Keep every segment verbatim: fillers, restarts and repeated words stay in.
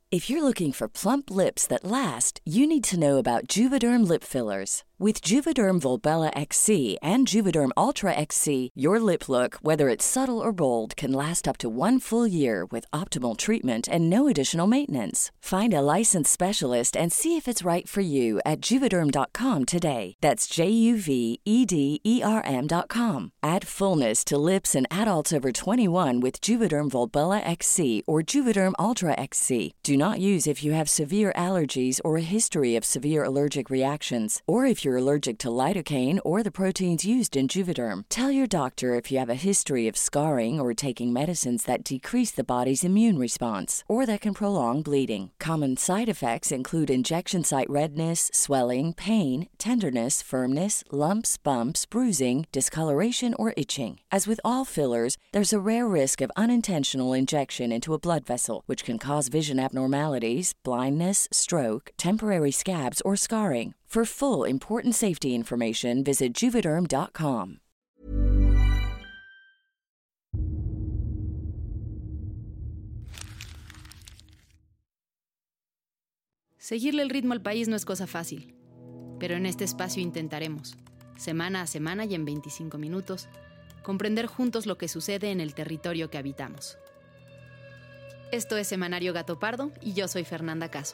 If you're looking for plump lips that last, you need to know about Juvederm lip fillers. With Juvederm Volbella X C and Juvederm Ultra X C, your lip look, whether it's subtle or bold, can last up to one full year with optimal treatment and no additional maintenance. Find a licensed specialist and see if it's right for you at Juvederm dot com today. That's J U V E D E R M dot com. Add fullness to lips in adults over twenty-one with Juvederm Volbella X C or Juvederm Ultra X C. Do not use if you have severe allergies or a history of severe allergic reactions, or if you're allergic to lidocaine or the proteins used in Juvederm. Tell your doctor if you have a history of scarring or taking medicines that decrease the body's immune response or that can prolong bleeding. Common side effects include injection site redness, swelling, pain, tenderness, firmness, lumps, bumps, bruising, discoloration, or itching. As with all fillers, there's a rare risk of unintentional injection into a blood vessel, which can cause vision abnormalities, blindness, stroke, temporary scabs, or scarring. For full, important safety information, visit Juvederm dot com. Seguirle el ritmo al país no es cosa fácil, pero en este espacio intentaremos, semana a semana y en veinticinco minutos, comprender juntos lo que sucede en el territorio que habitamos. Esto es Semanario Gato Pardo y yo soy Fernanda Caso.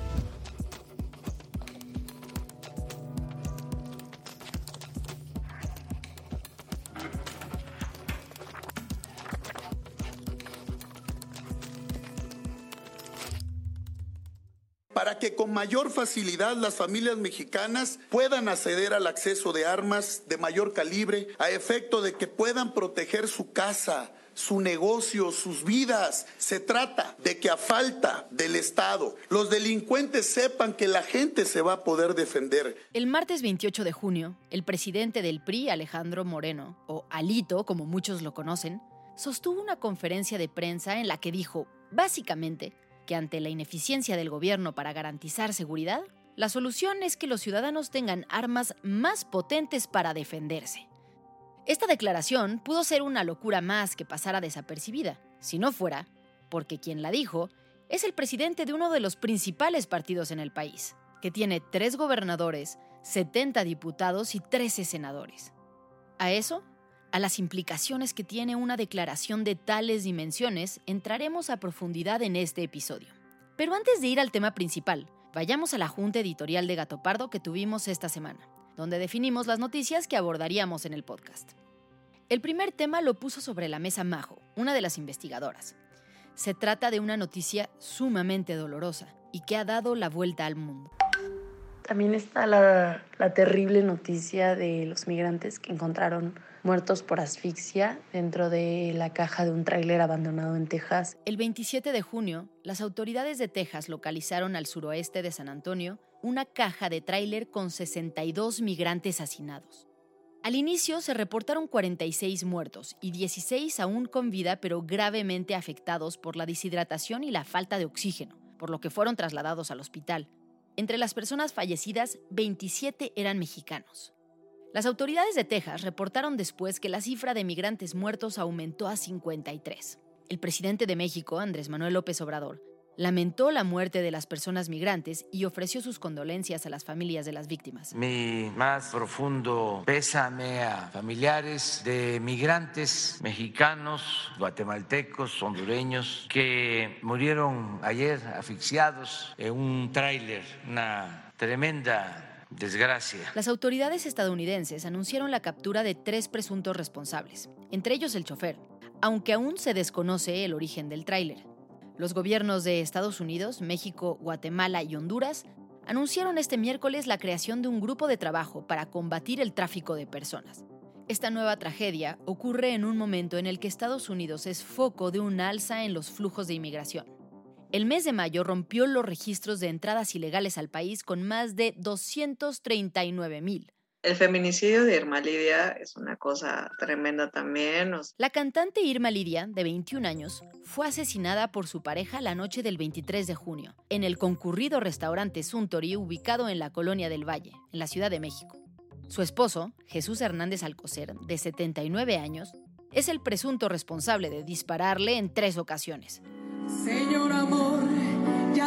Para que con mayor facilidad las familias mexicanas puedan acceder al acceso de armas de mayor calibre a efecto de que puedan proteger su casa, su negocio, sus vidas. Se trata de que a falta del Estado, los delincuentes sepan que la gente se va a poder defender. El martes veintiocho de junio, el presidente del P R I, Alejandro Moreno, o Alito, como muchos lo conocen, sostuvo una conferencia de prensa en la que dijo, básicamente, que ante la ineficiencia del gobierno para garantizar seguridad, la solución es que los ciudadanos tengan armas más potentes para defenderse. Esta declaración pudo ser una locura más que pasara desapercibida, si no fuera porque quien la dijo es el presidente de uno de los principales partidos en el país, que tiene tres gobernadores, setenta diputados y trece senadores. A eso, a las implicaciones que tiene una declaración de tales dimensiones, entraremos a profundidad en este episodio. Pero antes de ir al tema principal, vayamos a la junta editorial de Gato Pardo que tuvimos esta semana, donde definimos las noticias que abordaríamos en el podcast. El primer tema lo puso sobre la mesa Majo, una de las investigadoras. Se trata de una noticia sumamente dolorosa y que ha dado la vuelta al mundo. También está la, la terrible noticia de los migrantes que encontraron muertos por asfixia dentro de la caja de un tráiler abandonado en Texas. El veintisiete de junio, las autoridades de Texas localizaron al suroeste de San Antonio una caja de tráiler con sesenta y dos migrantes hacinados. Al inicio se reportaron cuarenta y seis muertos y dieciséis aún con vida pero gravemente afectados por la deshidratación y la falta de oxígeno, por lo que fueron trasladados al hospital. Entre las personas fallecidas, veintisiete eran mexicanos. Las autoridades de Texas reportaron después que la cifra de migrantes muertos aumentó a cincuenta y tres. El presidente de México, Andrés Manuel López Obrador, lamentó la muerte de las personas migrantes y ofreció sus condolencias a las familias de las víctimas. Mi más profundo pésame a familiares de migrantes mexicanos, guatemaltecos, hondureños, que murieron ayer asfixiados en un tráiler, una tremenda desgracia. Las autoridades estadounidenses anunciaron la captura de tres presuntos responsables, entre ellos el chofer, aunque aún se desconoce el origen del tráiler. Los gobiernos de Estados Unidos, México, Guatemala y Honduras anunciaron este miércoles la creación de un grupo de trabajo para combatir el tráfico de personas. Esta nueva tragedia ocurre en un momento en el que Estados Unidos es foco de un alza en los flujos de inmigración. El mes de mayo rompió los registros de entradas ilegales al país con más de doscientos treinta y nueve mil. El feminicidio de Irma Lidia es una cosa tremenda también. La cantante Irma Lidia, de veintiún años, fue asesinada por su pareja la noche del veintitrés de junio, en el concurrido restaurante Suntory ubicado en la Colonia del Valle, en la Ciudad de México. Su esposo, Jesús Hernández Alcocer, de setenta y nueve años, es el presunto responsable de dispararle en tres ocasiones. Señor amor, ya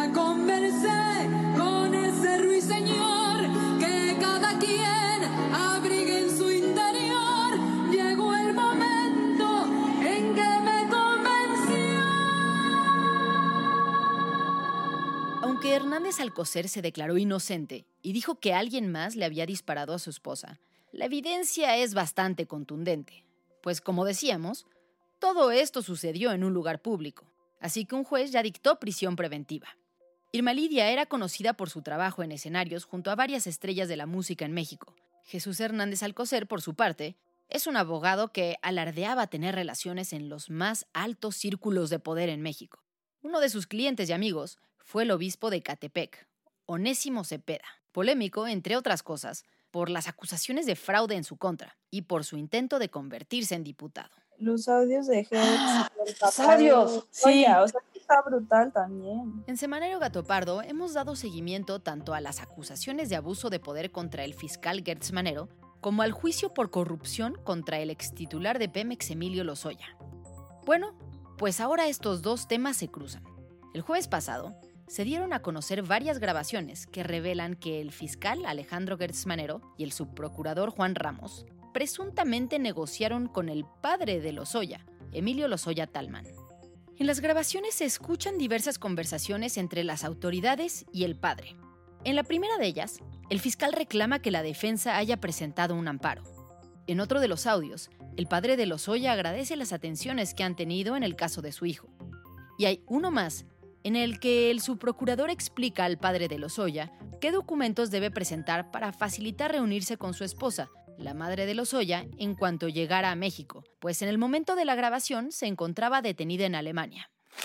Aunque Hernández Alcocer se declaró inocente y dijo que alguien más le había disparado a su esposa, la evidencia es bastante contundente, pues como decíamos, todo esto sucedió en un lugar público, así que un juez ya dictó prisión preventiva. Irma Lidia era conocida por su trabajo en escenarios junto a varias estrellas de la música en México. Jesús Hernández Alcocer, por su parte, es un abogado que alardeaba tener relaciones en los más altos círculos de poder en México. Uno de sus clientes y amigos fue el obispo de Ecatepec, Onésimo Cepeda, polémico, entre otras cosas, por las acusaciones de fraude en su contra y por su intento de convertirse en diputado. Los audios de Hex, el papá de audios, sí. O sea, está brutal también. En Semanario Gato Pardo hemos dado seguimiento tanto a las acusaciones de abuso de poder contra el fiscal Gertz Manero como al juicio por corrupción contra el extitular de Pemex, Emilio Lozoya. Bueno, pues ahora estos dos temas se cruzan. El jueves pasado se dieron a conocer varias grabaciones que revelan que el fiscal Alejandro Gertz Manero y el subprocurador Juan Ramos presuntamente negociaron con el padre de Lozoya, Emilio Lozoya Talman. En las grabaciones se escuchan diversas conversaciones entre las autoridades y el padre. En la primera de ellas, el fiscal reclama que la defensa haya presentado un amparo. En otro de los audios, el padre de Lozoya agradece las atenciones que han tenido en el caso de su hijo. Y hay uno más, en el que el subprocurador explica al padre de Lozoya qué documentos debe presentar para facilitar reunirse con su esposa, la madre de Lozoya, en cuanto llegara a México, pues en el momento de la grabación se encontraba detenida en Alemania.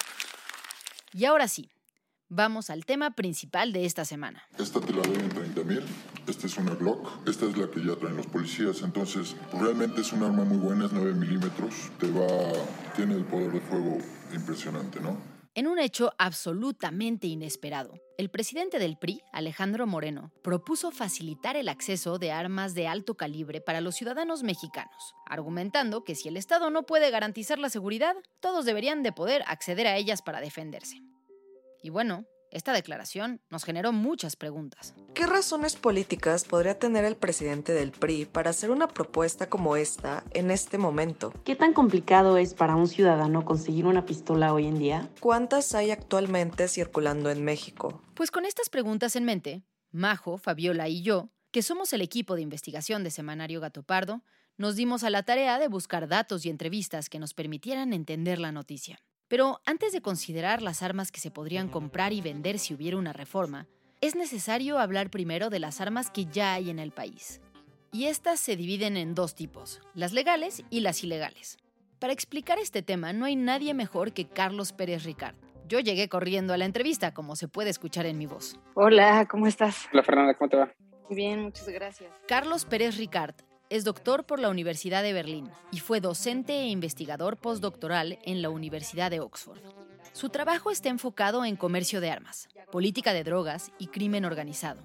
Y ahora sí, vamos al tema principal de esta semana. Esta te la doy en treinta mil, esta es una Glock, esta es la que ya traen los policías, entonces realmente es un arma muy buena, es nueve milímetros, te va, tiene el poder de fuego impresionante, ¿no? En un hecho absolutamente inesperado, el presidente del P R I, Alejandro Moreno, propuso facilitar el acceso de armas de alto calibre para los ciudadanos mexicanos, argumentando que si el Estado no puede garantizar la seguridad, todos deberían de poder acceder a ellas para defenderse. Y bueno, esta declaración nos generó muchas preguntas. ¿Qué razones políticas podría tener el presidente del P R I para hacer una propuesta como esta en este momento? ¿Qué tan complicado es para un ciudadano conseguir una pistola hoy en día? ¿Cuántas hay actualmente circulando en México? Pues con estas preguntas en mente, Majo, Fabiola y yo, que somos el equipo de investigación de Semanario Gato Pardo, nos dimos a la tarea de buscar datos y entrevistas que nos permitieran entender la noticia. Pero antes de considerar las armas que se podrían comprar y vender si hubiera una reforma, es necesario hablar primero de las armas que ya hay en el país. Y estas se dividen en dos tipos, las legales y las ilegales. Para explicar este tema no hay nadie mejor que Carlos Pérez Ricard. Yo llegué corriendo a la entrevista, como se puede escuchar en mi voz. Hola, ¿cómo estás? Hola Fernanda, ¿cómo te va? Muy bien, muchas gracias. Carlos Pérez Ricard es doctor por la Universidad de Berlín y fue docente e investigador postdoctoral en la Universidad de Oxford. Su trabajo está enfocado en comercio de armas, política de drogas y crimen organizado.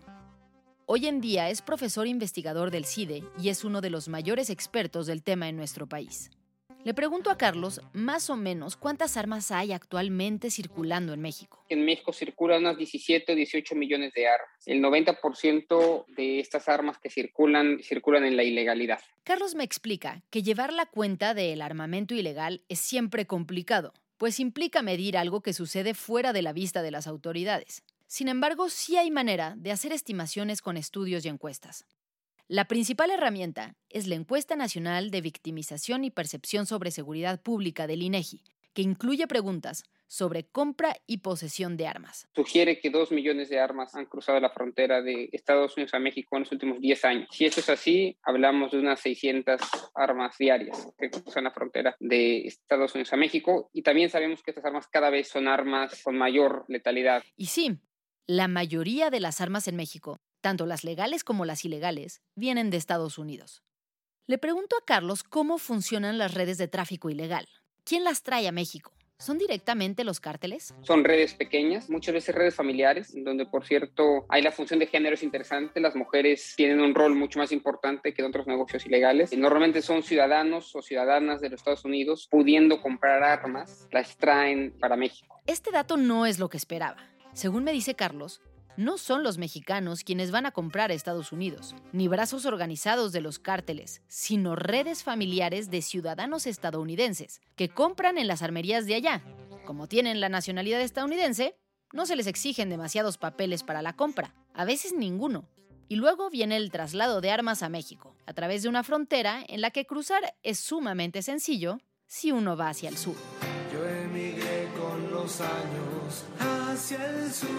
Hoy en día es profesor investigador del C I D E y es uno de los mayores expertos del tema en nuestro país. Le pregunto a Carlos más o menos cuántas armas hay actualmente circulando en México. En México circulan unas diecisiete o dieciocho millones de armas. El noventa por ciento de estas armas que circulan, circulan en la ilegalidad. Carlos me explica que llevar la cuenta del armamento ilegal es siempre complicado, pues implica medir algo que sucede fuera de la vista de las autoridades. Sin embargo, sí hay manera de hacer estimaciones con estudios y encuestas. La principal herramienta es la Encuesta Nacional de Victimización y Percepción sobre Seguridad Pública del INEGI, que incluye preguntas sobre compra y posesión de armas. Sugiere que dos millones de armas han cruzado la frontera de Estados Unidos a México en los últimos diez años. Si esto es así, hablamos de unas seiscientas armas diarias que cruzan la frontera de Estados Unidos a México, y también sabemos que estas armas cada vez son armas con mayor letalidad. Y sí, la mayoría de las armas en México, tanto las legales como las ilegales, vienen de Estados Unidos. Le pregunto a Carlos cómo funcionan las redes de tráfico ilegal. ¿Quién las trae a México? ¿Son directamente los cárteles? Son redes pequeñas, muchas veces redes familiares, donde, por cierto, hay la función de género es interesante. Las mujeres tienen un rol mucho más importante que en otros negocios ilegales. Normalmente son ciudadanos o ciudadanas de los Estados Unidos pudiendo comprar armas, las traen para México. Este dato no es lo que esperaba. Según me dice Carlos, no son los mexicanos quienes van a comprar a Estados Unidos, ni brazos organizados de los cárteles, sino redes familiares de ciudadanos estadounidenses que compran en las armerías de allá. Como tienen la nacionalidad estadounidense, No se les exigen demasiados papeles para la compra, a veces ninguno. Y luego viene el traslado de armas a México, a través de una frontera en la que cruzar es sumamente sencillo si uno va hacia el sur. Yo emigré con los años hacia el sur.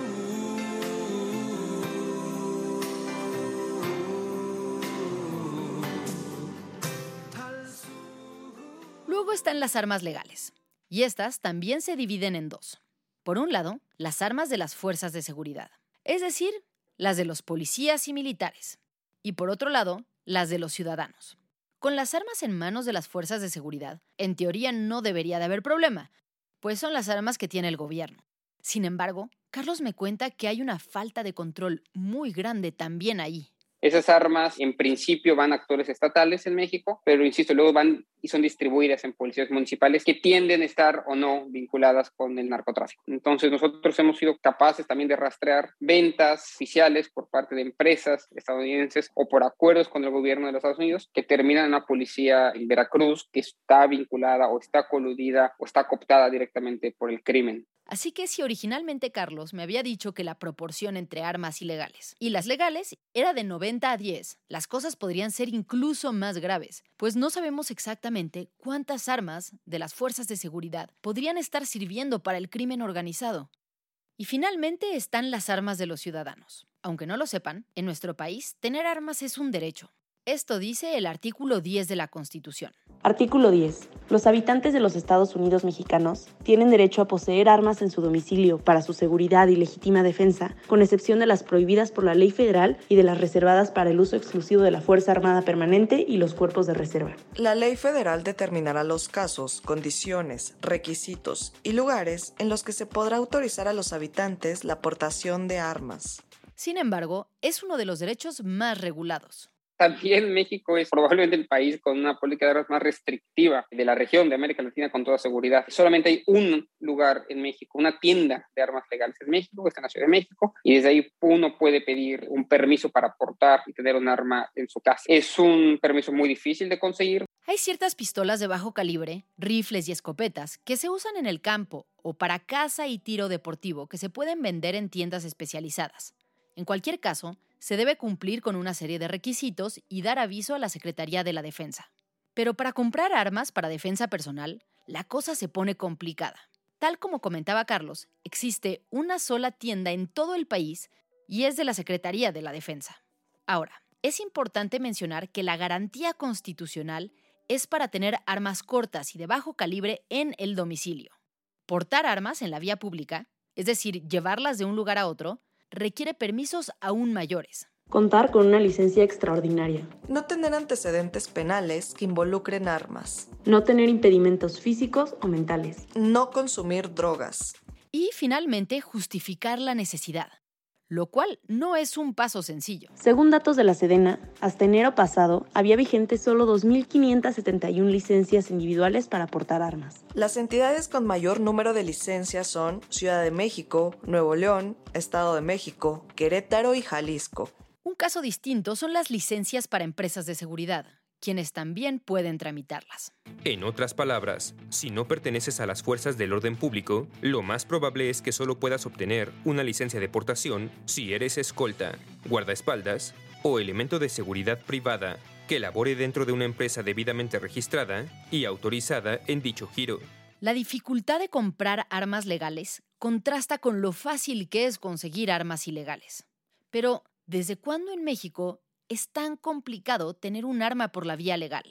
Luego están las armas legales, y estas también se dividen en dos. Por un lado, las armas de las fuerzas de seguridad, es decir, las de los policías y militares, y por otro lado, las de los ciudadanos. Con las armas en manos de las fuerzas de seguridad, en teoría no debería de haber problema, pues son las armas que tiene el gobierno. Sin embargo, Carlos me cuenta que hay una falta de control muy grande también ahí. Esas armas en principio van a actores estatales en México, pero insisto, luego van y son distribuidas en policías municipales que tienden a estar o no vinculadas con el narcotráfico. Entonces nosotros hemos sido capaces también de rastrear ventas oficiales por parte de empresas estadounidenses o por acuerdos con el gobierno de los Estados Unidos que terminan en una policía en Veracruz que está vinculada o está coludida o está cooptada directamente por el crimen. Así que si originalmente Carlos me había dicho que la proporción entre armas ilegales y las legales era de noventa a diez, las cosas podrían ser incluso más graves, pues no sabemos exactamente cuántas armas de las fuerzas de seguridad podrían estar sirviendo para el crimen organizado. Y finalmente están las armas de los ciudadanos. Aunque no lo sepan, en nuestro país tener armas es un derecho. Esto dice el artículo diez de la Constitución. Artículo diez. Los habitantes de los Estados Unidos mexicanos tienen derecho a poseer armas en su domicilio para su seguridad y legítima defensa, con excepción de las prohibidas por la ley federal y de las reservadas para el uso exclusivo de la Fuerza Armada Permanente y los cuerpos de reserva. La ley federal determinará los casos, condiciones, requisitos y lugares en los que se podrá autorizar a los habitantes la portación de armas. Sin embargo, es uno de los derechos más regulados. También México es probablemente el país con una política de armas más restrictiva de la región de América Latina con toda seguridad. Solamente hay un lugar en México, una tienda de armas legales en México, que está en la Ciudad de México, y desde ahí uno puede pedir un permiso para portar y tener un arma en su casa. Es un permiso muy difícil de conseguir. Hay ciertas pistolas de bajo calibre, rifles y escopetas que se usan en el campo o para caza y tiro deportivo que se pueden vender en tiendas especializadas. En cualquier caso, se debe cumplir con una serie de requisitos y dar aviso a la Secretaría de la Defensa. Pero para comprar armas para defensa personal, la cosa se pone complicada. Tal como comentaba Carlos, existe una sola tienda en todo el país y es de la Secretaría de la Defensa. Ahora, es importante mencionar que la garantía constitucional es para tener armas cortas y de bajo calibre en el domicilio. Portar armas en la vía pública, es decir, llevarlas de un lugar a otro, requiere permisos aún mayores. Contar con una licencia extraordinaria. No tener antecedentes penales que involucren armas. No tener impedimentos físicos o mentales. No consumir drogas. Y finalmente, justificar la necesidad, lo cual no es un paso sencillo. Según datos de la Sedena, hasta enero pasado había vigentes solo dos mil quinientas setenta y una licencias individuales para portar armas. Las entidades con mayor número de licencias son Ciudad de México, Nuevo León, Estado de México, Querétaro y Jalisco. Un caso distinto son las licencias para empresas de seguridad, quienes también pueden tramitarlas. En otras palabras, si no perteneces a las fuerzas del orden público, lo más probable es que solo puedas obtener una licencia de portación si eres escolta, guardaespaldas o elemento de seguridad privada que labore dentro de una empresa debidamente registrada y autorizada en dicho giro. La dificultad de comprar armas legales contrasta con lo fácil que es conseguir armas ilegales. Pero, ¿desde cuándo en México es tan complicado tener un arma por la vía legal?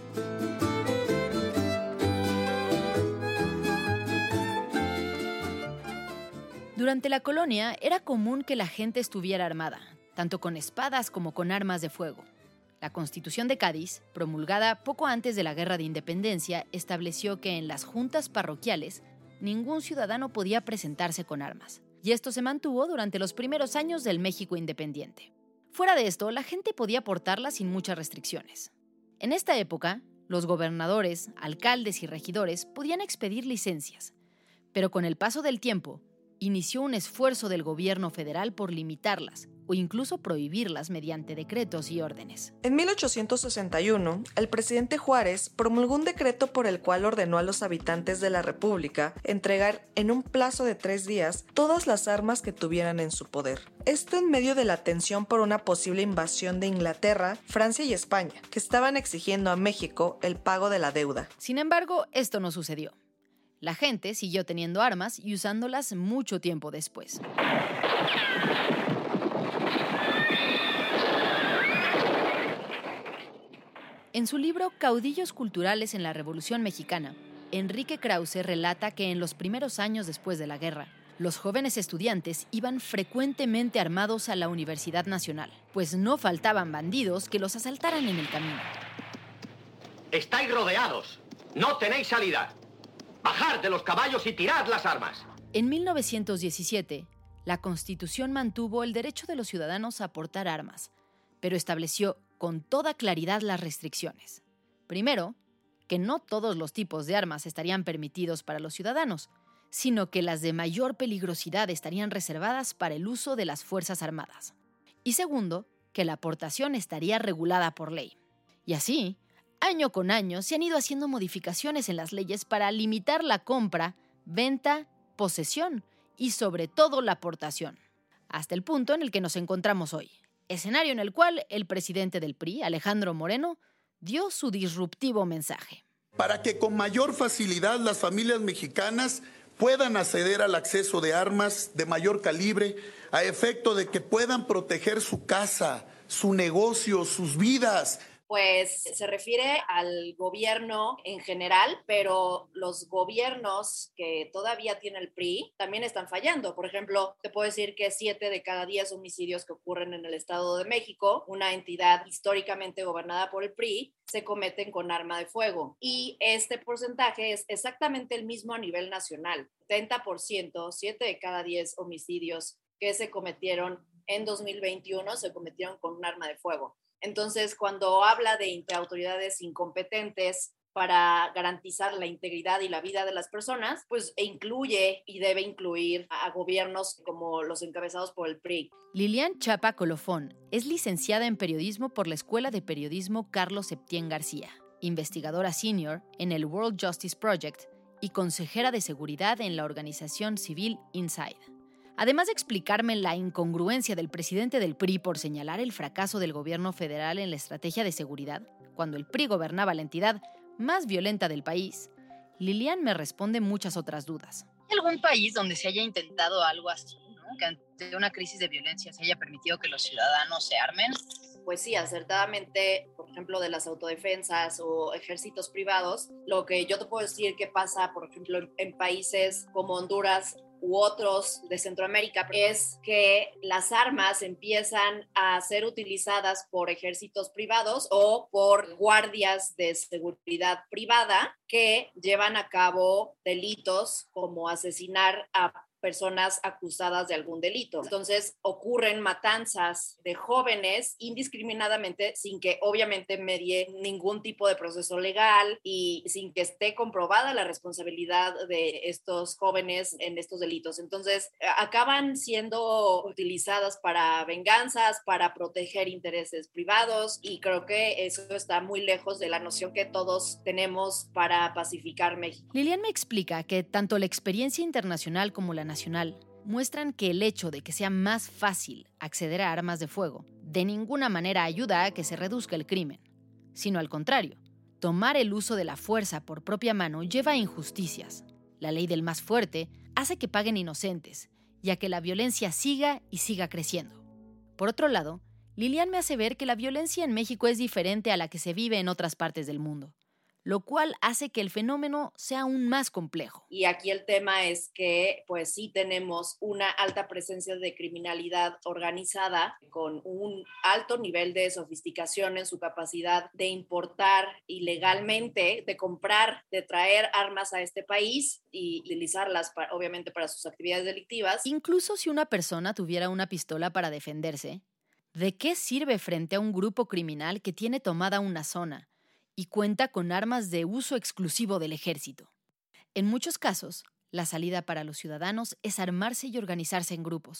Durante la colonia era común que la gente estuviera armada, tanto con espadas como con armas de fuego. La Constitución de Cádiz, promulgada poco antes de la Guerra de Independencia, estableció que en las juntas parroquiales ningún ciudadano podía presentarse con armas, y esto se mantuvo durante los primeros años del México independiente. Fuera de esto, la gente podía portarlas sin muchas restricciones. En esta época, los gobernadores, alcaldes y regidores podían expedir licencias, pero con el paso del tiempo, inició un esfuerzo del gobierno federal por limitarlas, o incluso prohibirlas mediante decretos y órdenes. En mil ochocientos sesenta y uno, el presidente Juárez promulgó un decreto por el cual ordenó a los habitantes de la República entregar en un plazo de tres días todas las armas que tuvieran en su poder. Esto en medio de la tensión por una posible invasión de Inglaterra, Francia y España, que estaban exigiendo a México el pago de la deuda. Sin embargo, esto no sucedió. La gente siguió teniendo armas y usándolas mucho tiempo después. En su libro Caudillos culturales en la Revolución Mexicana, Enrique Krause relata que en los primeros años después de la guerra, los jóvenes estudiantes iban frecuentemente armados a la Universidad Nacional, pues no faltaban bandidos que los asaltaran en el camino. Estáis rodeados. No tenéis salida. Bajad de los caballos y tirad las armas. En mil novecientos diecisiete, la Constitución mantuvo el derecho de los ciudadanos a portar armas, pero estableció con toda claridad las restricciones. Primero, que no todos los tipos de armas estarían permitidos para los ciudadanos, sino que las de mayor peligrosidad estarían reservadas para el uso de las Fuerzas Armadas. Y segundo, que la aportación estaría regulada por ley. Y así, año con año, se han ido haciendo modificaciones en las leyes para limitar la compra, venta, posesión y sobre todo la aportación, hasta el punto en el que nos encontramos hoy, escenario en el cual el presidente del P R I, Alejandro Moreno, dio su disruptivo mensaje. Para que con mayor facilidad las familias mexicanas puedan acceder al acceso de armas de mayor calibre a efecto de que puedan proteger su casa, su negocio, sus vidas. Pues se refiere al gobierno en general, pero los gobiernos que todavía tiene el P R I también están fallando. Por ejemplo, te puedo decir que siete de cada diez homicidios que ocurren en el Estado de México, una entidad históricamente gobernada por el P R I, se cometen con arma de fuego. Y este porcentaje es exactamente el mismo a nivel nacional. setenta por ciento, siete de cada diez homicidios que se cometieron en dos mil veintiuno se cometieron con un arma de fuego. Entonces, cuando habla de autoridades incompetentes para garantizar la integridad y la vida de las personas, pues incluye y debe incluir a gobiernos como los encabezados por el P R I. Lilian Chapa Colofón es licenciada en periodismo por la Escuela de Periodismo Carlos Septién García, investigadora senior en el World Justice Project y consejera de seguridad en la organización civil Inside. Además de explicarme la incongruencia del presidente del P R I por señalar el fracaso del gobierno federal en la estrategia de seguridad, cuando el P R I gobernaba la entidad más violenta del país, Lilian me responde muchas otras dudas. ¿Hay algún país donde se haya intentado algo así, ¿no? Que ante una crisis de violencia se haya permitido que los ciudadanos se armen? Pues sí, acertadamente, por ejemplo, de las autodefensas o ejércitos privados, lo que yo te puedo decir que pasa, por ejemplo, en, en países como Honduras u otros de Centroamérica, es que las armas empiezan a ser utilizadas por ejércitos privados o por guardias de seguridad privada que llevan a cabo delitos como asesinar a personas acusadas de algún delito. Entonces ocurren matanzas de jóvenes indiscriminadamente sin que obviamente medie ningún tipo de proceso legal y sin que esté comprobada la responsabilidad de estos jóvenes en estos delitos. Entonces acaban siendo utilizadas para venganzas, para proteger intereses privados y creo que eso está muy lejos de la noción que todos tenemos para pacificar México. Lilian me explica que tanto la experiencia internacional como la nacional muestran que el hecho de que sea más fácil acceder a armas de fuego de ninguna manera ayuda a que se reduzca el crimen, sino al contrario, tomar el uso de la fuerza por propia mano lleva a injusticias. La ley del más fuerte hace que paguen inocentes y a que la violencia siga y siga creciendo. Por otro lado, Lilian me hace ver que la violencia en México es diferente a la que se vive en otras partes del mundo, lo cual hace que el fenómeno sea aún más complejo. Y aquí el tema es que pues sí tenemos una alta presencia de criminalidad organizada con un alto nivel de sofisticación en su capacidad de importar ilegalmente, de comprar, de traer armas a este país y utilizarlas para, obviamente para sus actividades delictivas. Incluso si una persona tuviera una pistola para defenderse, ¿de qué sirve frente a un grupo criminal que tiene tomada una zona y cuenta con armas de uso exclusivo del ejército? En muchos casos, la salida para los ciudadanos es armarse y organizarse en grupos,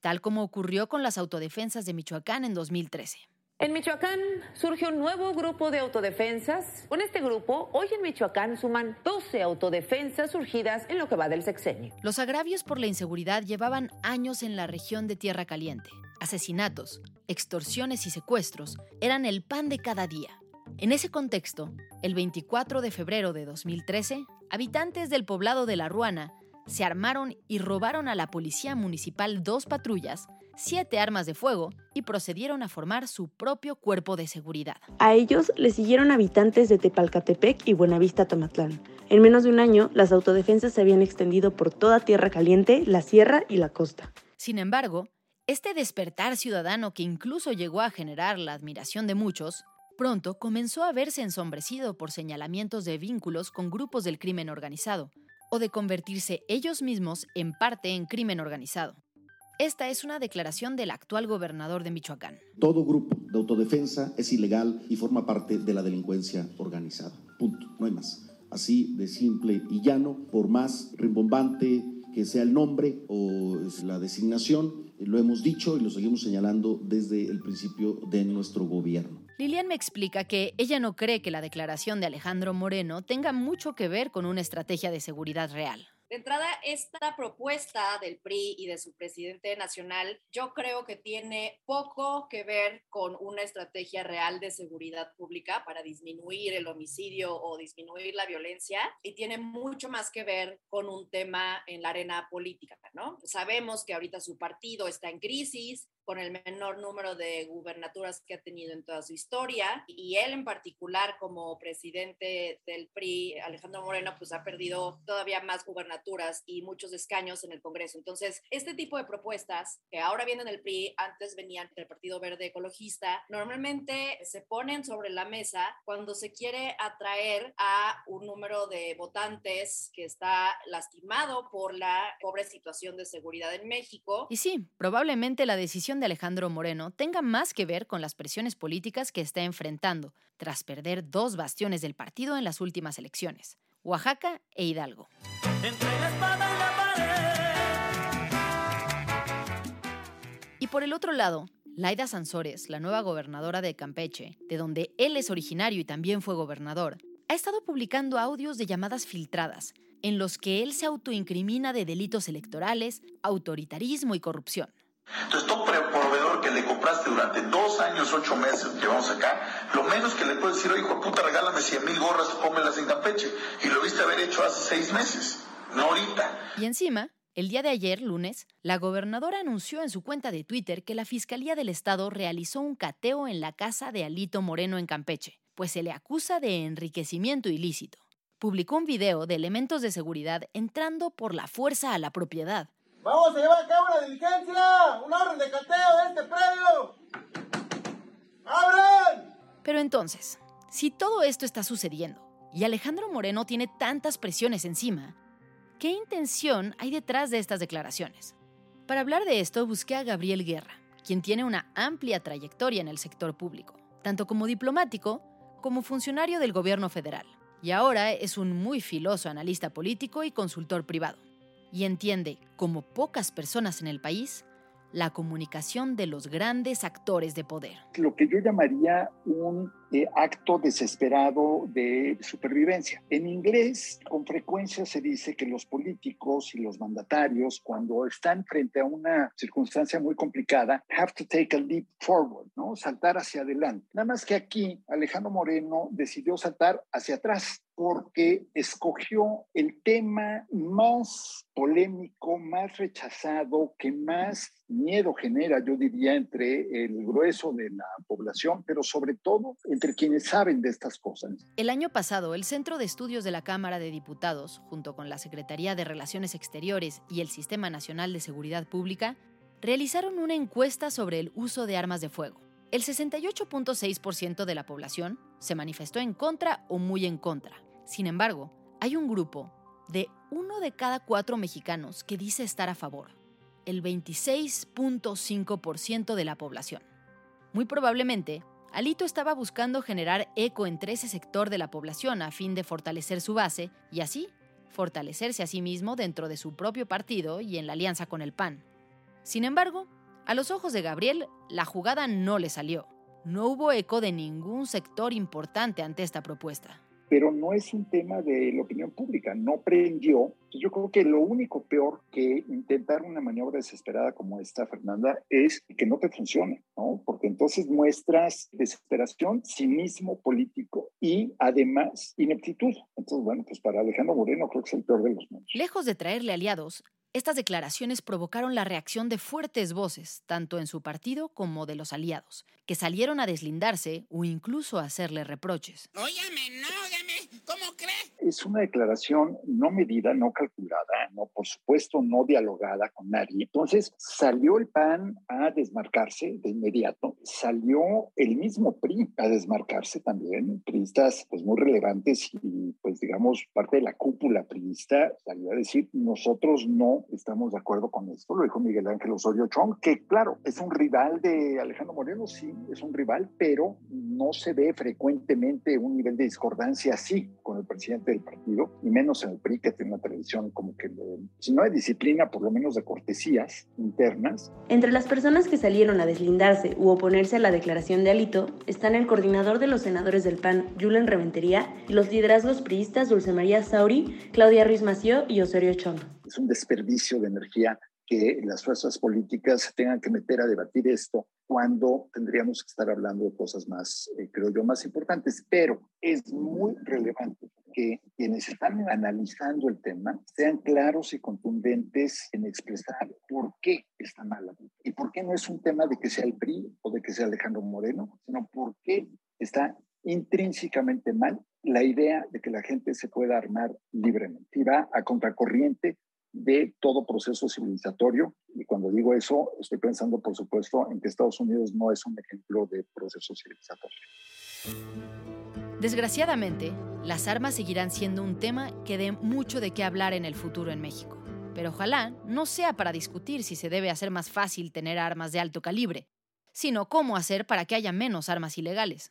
tal como ocurrió con las autodefensas de Michoacán en dos mil trece. En Michoacán surge un nuevo grupo de autodefensas. Con este grupo, hoy en Michoacán suman doce autodefensas surgidas en lo que va del sexenio. Los agravios por la inseguridad llevaban años en la región de Tierra Caliente. Asesinatos, extorsiones y secuestros eran el pan de cada día. En ese contexto, el veinticuatro de febrero de dos mil trece, habitantes del poblado de La Ruana se armaron y robaron a la policía municipal dos patrullas, siete armas de fuego y procedieron a formar su propio cuerpo de seguridad. A ellos le siguieron habitantes de Tepalcatepec y Buenavista Tomatlán. En menos de un año, las autodefensas se habían extendido por toda Tierra Caliente, la sierra y la costa. Sin embargo, este despertar ciudadano que incluso llegó a generar la admiración de muchos, pronto comenzó a verse ensombrecido por señalamientos de vínculos con grupos del crimen organizado o de convertirse ellos mismos en parte en crimen organizado. Esta es una declaración del actual gobernador de Michoacán. Todo grupo de autodefensa es ilegal y forma parte de la delincuencia organizada. Punto. No hay más. Así de simple y llano, por más rimbombante que sea el nombre o la designación, lo hemos dicho y lo seguimos señalando desde el principio de nuestro gobierno. Lilian me explica que ella no cree que la declaración de Alejandro Moreno tenga mucho que ver con una estrategia de seguridad real. De entrada, esta propuesta del P R I y de su presidente nacional, yo creo que tiene poco que ver con una estrategia real de seguridad pública para disminuir el homicidio o disminuir la violencia, y tiene mucho más que ver con un tema en la arena política, ¿no? Sabemos que ahorita su partido está en crisis, con el menor número de gubernaturas que ha tenido en toda su historia, y él en particular como presidente del P R I, Alejandro Moreno, pues ha perdido todavía más gubernaturas y muchos escaños en el Congreso. Entonces, este tipo de propuestas que ahora vienen del P R I, antes venían del Partido Verde Ecologista, normalmente se ponen sobre la mesa cuando se quiere atraer a un número de votantes que está lastimado por la pobre situación de seguridad en México. Y sí, probablemente la decisión de Alejandro Moreno tenga más que ver con las presiones políticas que está enfrentando tras perder dos bastiones del partido en las últimas elecciones, Oaxaca e Hidalgo. Entre la espada y la pared. Y por el otro lado, Laida Sansores, la nueva gobernadora de Campeche, de donde él es originario y también fue gobernador, ha estado publicando audios de llamadas filtradas en los que él se autoincrimina de delitos electorales, autoritarismo y corrupción. Entonces, todo proveedor que le compraste durante dos años, ocho meses, llevamos acá, lo menos que le puedes decir, oye, hijo de puta, regálame cien mil gorras, pónmelas en Campeche. Y lo viste haber hecho hace seis meses, no ahorita. Y encima, el día de ayer, lunes, la gobernadora anunció en su cuenta de Twitter que la Fiscalía del Estado realizó un cateo en la casa de Alito Moreno en Campeche, pues se le acusa de enriquecimiento ilícito. Publicó un video de elementos de seguridad entrando por la fuerza a la propiedad. ¡Vamos a llevar a cabo una diligencia! ¡Una orden de cateo de este predio! ¡Abran! Pero entonces, si todo esto está sucediendo y Alejandro Moreno tiene tantas presiones encima, ¿qué intención hay detrás de estas declaraciones? Para hablar de esto, busqué a Gabriel Guerra, quien tiene una amplia trayectoria en el sector público, tanto como diplomático como funcionario del gobierno federal. Y ahora es un muy filoso analista político y consultor privado. Y entiende, como pocas personas en el país, la comunicación de los grandes actores de poder. Lo que yo llamaría un eh, acto desesperado de supervivencia. En inglés, con frecuencia se dice que los políticos y los mandatarios, cuando están frente a una circunstancia muy complicada, have to take a leap forward, ¿no? Saltar hacia adelante. Nada más que aquí, Alejandro Moreno decidió saltar hacia atrás, porque escogió el tema más polémico, más rechazado, que más miedo genera, yo diría, entre el grueso de la población, pero sobre todo entre quienes saben de estas cosas. El año pasado, el Centro de Estudios de la Cámara de Diputados, junto con la Secretaría de Relaciones Exteriores y el Sistema Nacional de Seguridad Pública, realizaron una encuesta sobre el uso de armas de fuego. El sesenta y ocho punto seis por ciento de la población se manifestó en contra o muy en contra. Sin embargo, hay un grupo de uno de cada cuatro mexicanos que dice estar a favor, el veintiséis punto cinco por ciento de la población. Muy probablemente, Alito estaba buscando generar eco entre ese sector de la población a fin de fortalecer su base y así fortalecerse a sí mismo dentro de su propio partido y en la alianza con el P A N. Sin embargo, a los ojos de Gabriel, la jugada no le salió. No hubo eco de ningún sector importante ante esta propuesta. Pero no es un tema de la opinión pública, no prendió. Yo creo que lo único peor que intentar una maniobra desesperada como esta, Fernanda, es que no te funcione, ¿no? Porque entonces muestras desesperación, cinismo político y además ineptitud. Entonces, bueno, pues para Alejandro Moreno creo que es el peor de los mundos. Lejos de traerle aliados, estas declaraciones provocaron la reacción de fuertes voces, tanto en su partido como de los aliados, que salieron a deslindarse o incluso a hacerle reproches. Óyame, no, óyame, ¿cómo crees? Es una declaración no medida, no calculada, no, por supuesto no dialogada con nadie. Entonces salió el P A N a desmarcarse de inmediato, salió el mismo P R I a desmarcarse también, priistas pues muy relevantes y pues digamos parte de la cúpula priista salió a decir nosotros no estamos de acuerdo con esto, lo dijo Miguel Ángel Osorio Chong, que claro, es un rival de Alejandro Moreno, sí, es un rival, pero no se ve frecuentemente un nivel de discordancia así con el presidente del partido, y menos en el P R I, que tiene una tradición como que, de, si no de disciplina, por lo menos de cortesías internas. Entre las personas que salieron a deslindarse u oponerse a la declaración de Alito están el coordinador de los senadores del P A N, Julen Rementería, y los liderazgos priistas Dulce María Sauri, Claudia Ruiz Massieu y Osorio Chong. Es un desperdicio de energía que las fuerzas políticas se tengan que meter a debatir esto cuando tendríamos que estar hablando de cosas más, eh, creo yo, más importantes. Pero es muy relevante que quienes están analizando el tema sean claros y contundentes en expresar por qué está mal y por qué no es un tema de que sea el P R I o de que sea Alejandro Moreno, sino por qué está intrínsecamente mal la idea de que la gente se pueda armar libremente y va a contracorriente de todo proceso civilizatorio. Y cuando digo eso, estoy pensando, por supuesto, en que Estados Unidos no es un ejemplo de proceso civilizatorio. Desgraciadamente, las armas seguirán siendo un tema que dé mucho de qué hablar en el futuro en México. Pero ojalá no sea para discutir si se debe hacer más fácil tener armas de alto calibre, sino cómo hacer para que haya menos armas ilegales.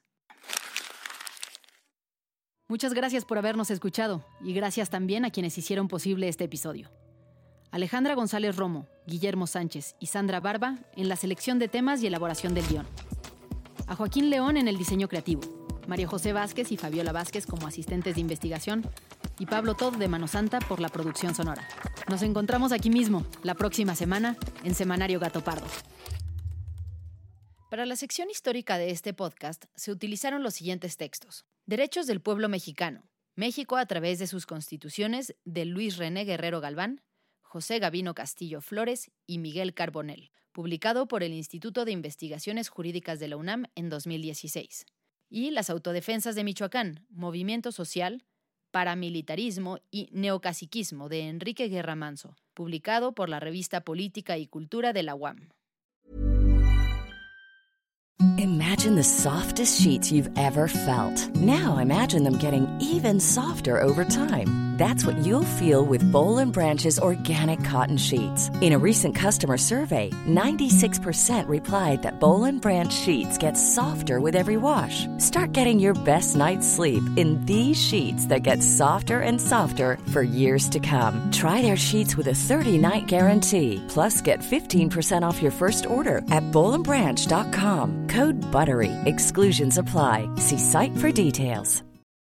Muchas gracias por habernos escuchado y gracias también a quienes hicieron posible este episodio. Alejandra González Romo, Guillermo Sánchez y Sandra Barba en la selección de temas y elaboración del guión. A Joaquín León en el diseño creativo, María José Vázquez y Fabiola Vázquez como asistentes de investigación y Pablo Todd de Mano Santa por la producción sonora. Nos encontramos aquí mismo, la próxima semana, en Semanario Gato Pardo. Para la sección histórica de este podcast se utilizaron los siguientes textos. Derechos del pueblo mexicano. México a través de sus constituciones, de Luis René Guerrero Galván, José Gavino Castillo Flores y Miguel Carbonell, publicado por el Instituto de Investigaciones Jurídicas de la UNAM en dos mil dieciséis. Y Las autodefensas de Michoacán, Movimiento Social, Paramilitarismo y Neocaciquismo de Enrique Guerra Manso, publicado por la revista Política y Cultura de la U A M. Imagine the softest sheets you've ever felt. Now imagine them getting even softer over time. That's what you'll feel with Boll and Branch's organic cotton sheets. In a recent customer survey, ninety-six percent replied that Boll and Branch sheets get softer with every wash. Start getting your best night's sleep in these sheets that get softer and softer for years to come. Try their sheets with a thirty-night guarantee. Plus, get fifteen percent off your first order at boll and branch dot com. Code BUTTERY. Exclusions apply. See site for details.